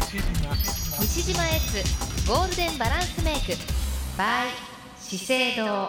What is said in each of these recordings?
西島エッツゴールデンバランスメイク by 資生堂。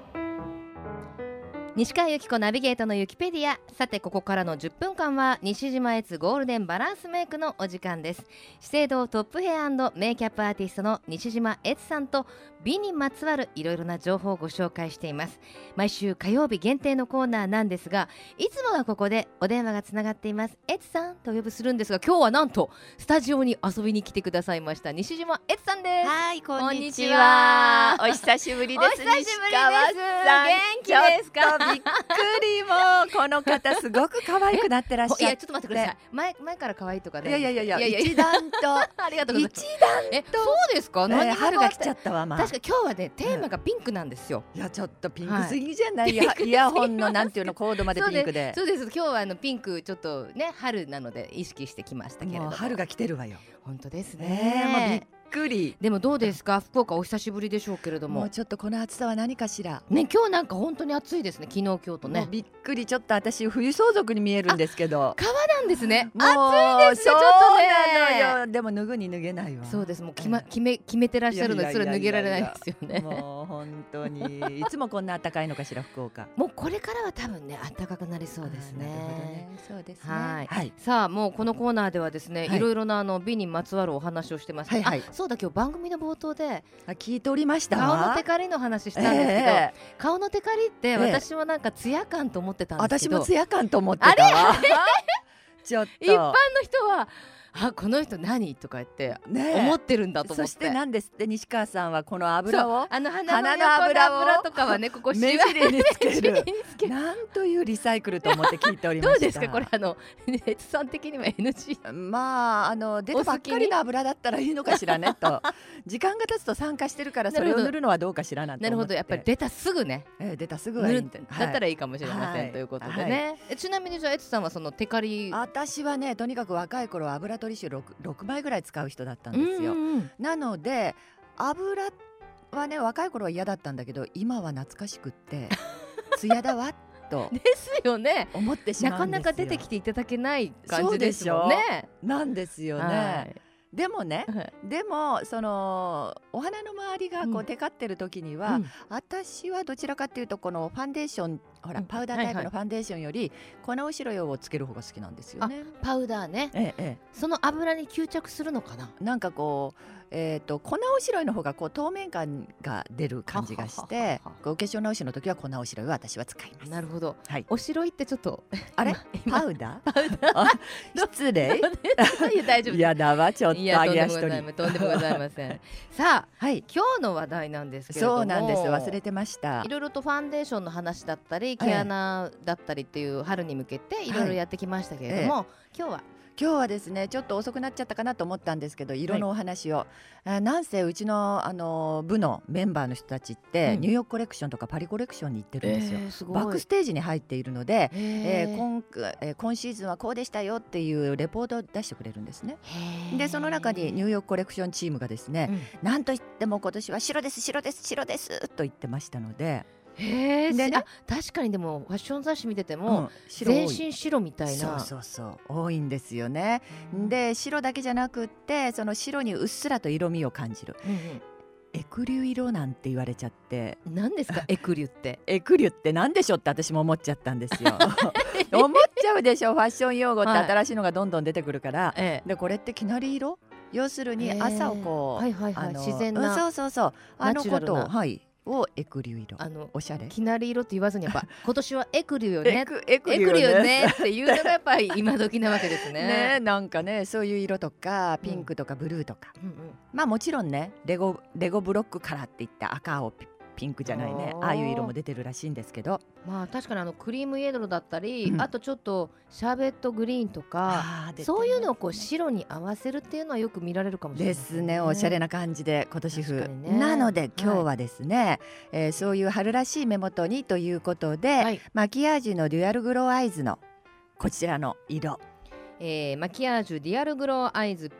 西川由紀子ナビゲートのユキペディア。さてここからの10分間は西島エツゴールデンバランスメイクのお時間です。資生堂トップヘア&メイキャップアーティストの西島エツさんと美にまつわるいろいろな情報をご紹介しています。毎週火曜日限定のコーナーなんですが、いつもはここでお電話がつながっています。エツさんとお呼びするんですが、今日はなんとスタジオに遊びに来てくださいました西島エツさんです。 はい、こんにちは。お久しぶりです。 お久しぶりです。 西川さん、 元気ですか？ ちょっとびっくり。もうこの方すごく可愛くなってらっしゃって。 いやちょっと待ってください。前から可愛いとかね。 いや一段とありがとうございます。 一段とそうですか？ 春が来ちゃったわ。まあ確か今日はねテーマがピンクなんですよ。 いやちょっとピンクすぎじゃない？イヤホンのなんていうのコードまでピンクで。 そうです。今日はピンクちょっとね春なので意識してきましたけれども。 春が来てるわよ。 本当ですもうね。 びっくり。 でもどうですか？福岡お久しぶりでしょうけれども。 もうちょっとこの暑さは何かしら。 ね、今日なんか本当に暑いですね。昨日今日とね。 もうびっくり。ちょっと私冬相続に見えるんですけど。 川なんですね。 もう暑いですね。ちょっとね。 そうなのよ。でも脱ぐに脱げないわ。 そうです。もう決めてらっしゃるのでそれ脱げられないですよね。 もう本当にいつもこんな暖かいのかしら福岡。 もうこれからは多分ね暖かくなりそうですね。 なるほどね。そうですね。 はい。さあもうこのコーナーではですね、いろいろな美にまつわるお話をしてます。 はいはい。 そうだ、今日番組の冒頭で聞いておりましたわ。 顔のテカリの話したんですけど、顔のテカリって私もなんかツヤ感と思ってたんですけど、 私もツヤ感と思ってたわ。ちょっと一般の人はこの人何とか言って思ってるんだと思って。 そして何ですって西川さんはこの油を鼻の油とかはねここ目尻につけるなんというリサイクルと思って聞いておりました。 どうですかこれエツさん的には NG？ まあ出たばっかりの油だったらいいのかしらねと時間が経つと酸化してるからそれを塗るのはどうかしらなんて思って。 なるほど。やっぱり出たすぐね、 出たすぐはいいんだったらいいかもしれませんということでね。ちなみにじゃあエツさんはそのテカリ。 私はねとにかく若い頃油取り酒6枚ぐらい使う人だったんですよ。なので油はね若い頃は嫌だったんだけど今は懐かしくってツヤだわとですよね。 思ってしまうんですよ。 なかなか出てきていただけない感じですよね。 なんですよね。でもね、でもそのお花の周りがこうテカってる時には、私はどちらかっていうとこのファンデーション、ほらパウダータイプのファンデーションより粉後ろ用をつける方が好きなんですよね。 パウダーね。その油に吸着するのかな。 なんかこう粉後ろの方がこう透明感が出る感じがしてお化粧直しの時は粉後ろを私は使います。 なるほど。おしろいってちょっとあれパウダー失礼大丈夫。 いやだわちょっと上げ足取り。 とんでもございません。さあ今日の話題なんですけれども。 そうなんです。忘れてました。 いろいろとファンデーションの話だったり毛穴だったりっていう春に向けていろいろやってきましたけれども、今日はですねちょっと遅くなっちゃったかなと思ったんですけど色のお話を、なんせうちの部のメンバーの人たちって、ニューヨークコレクションとかパリコレクションに行ってるんですよ。バックステージに入っているので、今シーズンはこうでしたよっていうレポートを出してくれるんですね。でその中にニューヨークコレクションチームがですね、なんといっても今年は白です白です白ですと言ってましたので。 でね、確かにでもファッション雑誌見てても、全身白みたいなそう多いんですよね。で白だけじゃなくってその白にうっすらと色味を感じる、エクリュ色なんて言われちゃって。 何ですかエクリュって。 エクリュって何でしょって私も思っちゃったんですよ思っちゃうでしょ。ファッション用語って新しいのがどんどん出てくるから、でこれってきなり色、要するに朝をこう、 自然な、 そうあのことをエクリュ色、おしゃれきなり色って言わずにやっぱ今年はエクリュよねエクリュよねっていうのがやっぱり今時なわけですね。 なんかねそういう色とかピンクとかブルーとか、まあもちろんねレゴブロックカラーって言って赤をピンクじゃないね、ああいう色も出てるらしいんですけど、 まあ確かにクリームイエローだったり、あとちょっとシャーベットグリーンとか、そういうのをこう白に合わせるっていうのはよく見られるかもしれないですね。おしゃれな感じで今年風、なので今日はですね、そういう春らしい目元にということで、マキアージュのデュアルグローアイズのこちらの色、 マキアージュデュアルグローアイズ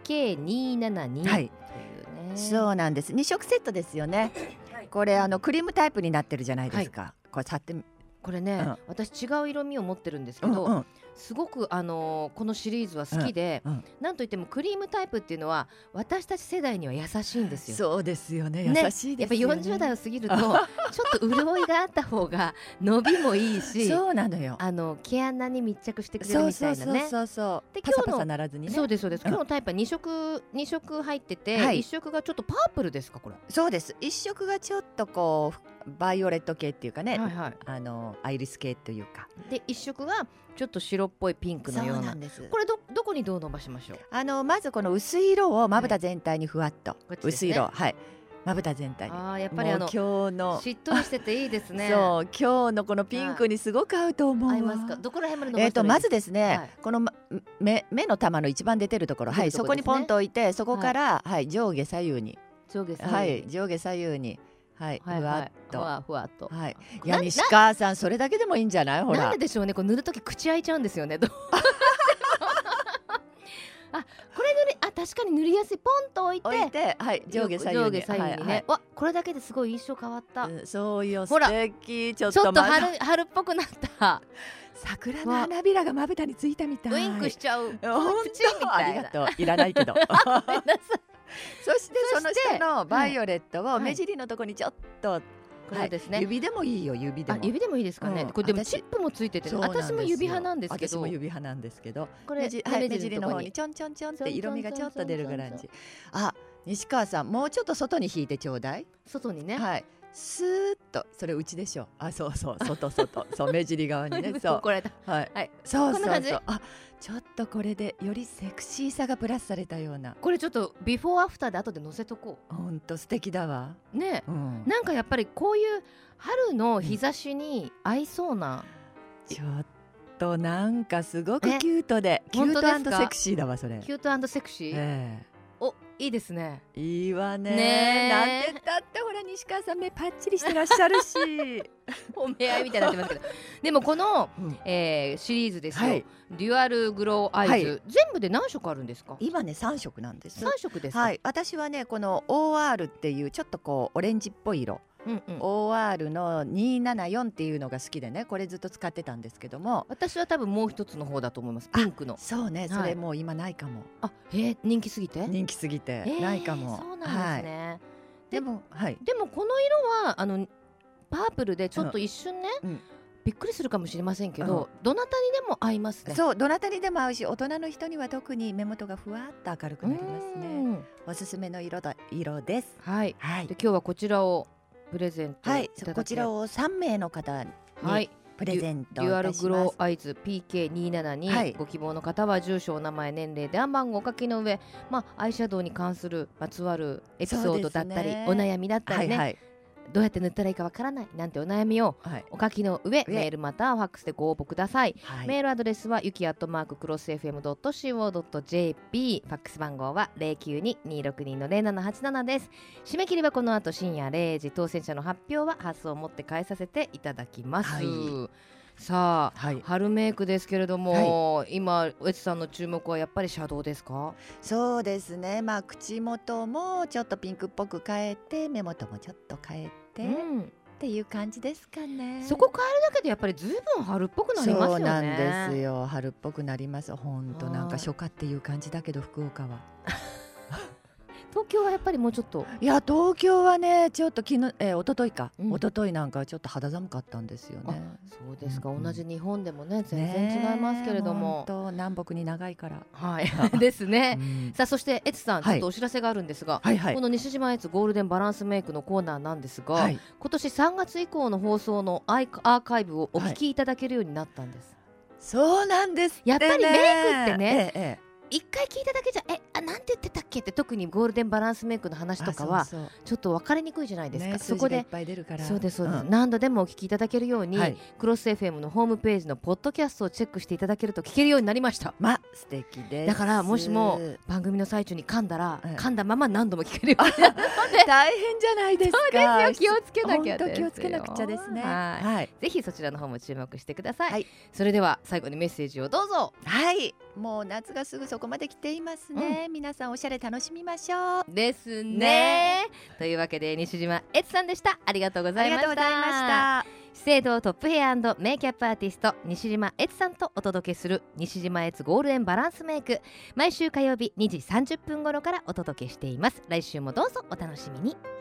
PK272、 そうなんです。2色セットですよね。これクリームタイプになってるじゃないですか。これ触ってこれね、私違う色味を持ってるんですけど、 すごくこのシリーズは好きで、なんといってもクリームタイプっていうのは私たち世代には優しいんですよ。 そうですよね、優しいですよね。 やっぱ40代を過ぎるとちょっと潤いがあった方が伸びもいいしそうなのよ、 毛穴に密着してくれるみたいなね。 そうで、今日のパサパサならずにね。 そうです、今日のタイプは2色入ってて、1色がちょっとパープルですかこれ。 そうです、1色がちょっとこうバイオレット系っていうかね、アイリス系というかで、1色がちょっと白っぽいピンクのような。 そうなんです。 これどこにどう伸ばしましょう。 まずこの薄い色をまぶた全体にふわっと、薄い色、まぶた全体に。 やっぱり今日のしっとりしてていいですね。 そう、今日のこのピンクにすごく合うと思うわ。 合いますか。どこら辺まで伸ばしたらいいですか。 まずですね、この目の玉の一番出てるところ、そこにポンと置いて、そこから上下左右に、上下左右に、ふわっと、 ふわっと。 いや、西川さん、それだけでもいいんじゃない。ほら、 なんででしょうね、こう塗るとき口開いちゃうんですよね。これ確かに塗りやすい。ポンと置いて、 上下左右にね。 これだけですごい印象変わった。 そうよ、素敵。ちょっと春っぽくなった。 桜の花びらがまぶたについたみたい。 ウインクしちゃう。 ありがとう。いらないけど。そしてその下のバイオレットを目尻のところにちょっと、指でもいいよ、指でも。指でもいいですかね。これでもチップもついてて、私も指派なんですけど。 私も指派なんですけど、これ目尻の方にちょんちょんちょんって色味がちょっと出るぐらい。西川さん、もうちょっと外に引いてちょうだい。 外にね。 スーッと、それうちでしょ。そうそう目尻側にね。そう、 これだ。 そう。ちょっとこれでよりセクシーさがプラスされたような。 これちょっとビフォーアフターで後で載せとこう。 ほんと素敵だわね。なんかやっぱりこういう春の日差しに合いそうな、 ちょっとなんかすごくキュートで、キュート&セクシーだわそれ。 キュート&セクシー。いいですね。 いいわね。なんて言ったってほら、西川さん目パッチリしてらっしゃるしお目合いみたいになってますけど、でもこのシリーズですよ、デュアルグローアイズ、全部で何色あるんですか。 今ね3色なんです。 3色ですか。 私はね、この OR っていうちょっとこうオレンジっぽい色、OR の274っていうのが好きでね、これずっと使ってたんですけども、 私は多分もう一つの方だと思います。ピンクの。 そうね、それもう今ないかも。 人気すぎてないかも。 そうなんですね。 でもこの色はパープルでちょっと一瞬ね、びっくりするかもしれませんけど、どなたにでも合いますね。 そう、どなたにでも合うし、大人の人には特に目元がふわっと明るくなりますね。おすすめの色です。 で、今日はこちらをプレゼントいただき、 こちらを3名の方にプレゼントいたします。 デュアルグローアイズ PK272、ご希望の方は住所、お名前、年齢、電話番号をお書きの上、アイシャドウに関するまつわるエピソードだったり、お悩みだったりね、どうやって塗ったらいいかわからないなんてお悩みをお書きの上、メールまたはファックスでご応募ください。メールアドレスはyuki@crossfm.jp、 ファックス番号は 092-262-0787 です。締め切りはこの後深夜0時、当選者の発表は発送をもって返させていただきます。さあ、春メイクですけれども、今エツさんの注目はやっぱりシャドウですか。 そうですね、口元もちょっとピンクっぽく変えて、目元もちょっと変えて、っていう感じですかね。 そこ変えるだけでやっぱりずいぶん春っぽくなりますよね。 そうなんですよ、春っぽくなります。本当なんか初夏っていう感じだけど、福岡は東京はやっぱりもうちょっと、 いや東京はねちょっと一昨日なんかはちょっと肌寒かったんですよね。 そうですか、同じ日本でもね全然違いますけれども、 南北に長いからですね。さあ、そしてエツさん、ちょっとお知らせがあるんですが、この西島エツゴールデンバランスメイクのコーナーなんですが、今年3月以降の放送のアーカイブをお聞きいただけるようになったんです。 そうなんです。 やっぱりメイクってね、一回聞いただけじゃなんて言ってたっけって、特にゴールデンバランスメイクの話とかはちょっと分かりにくいじゃないですか。そこでそうです、何度でもお聞きいただけるように、クロス FM のホームページのポッドキャストをチェックしていただけると聞けるようになりました。 素敵です。 だからもしも番組の最中に噛んだら、噛んだまま何度も聞けるようになるので大変じゃないですか。 そうですよ、気をつけなきゃですよ。 気をつけなくちゃですね。 ぜひそちらの方も注目してください。それでは最後にメッセージをどうぞ。 もう夏がすぐそこまで来ていますね。皆さんおしゃれ楽しみましょう。 ですね。というわけで西島エツさんでした。ありがとうございました。 資生堂トップヘア&メイキャップアーティスト西島悦さんとお届けする西島悦ゴールデンバランスメイク、毎週火曜日2時30分頃からお届けしています。来週もどうぞお楽しみに。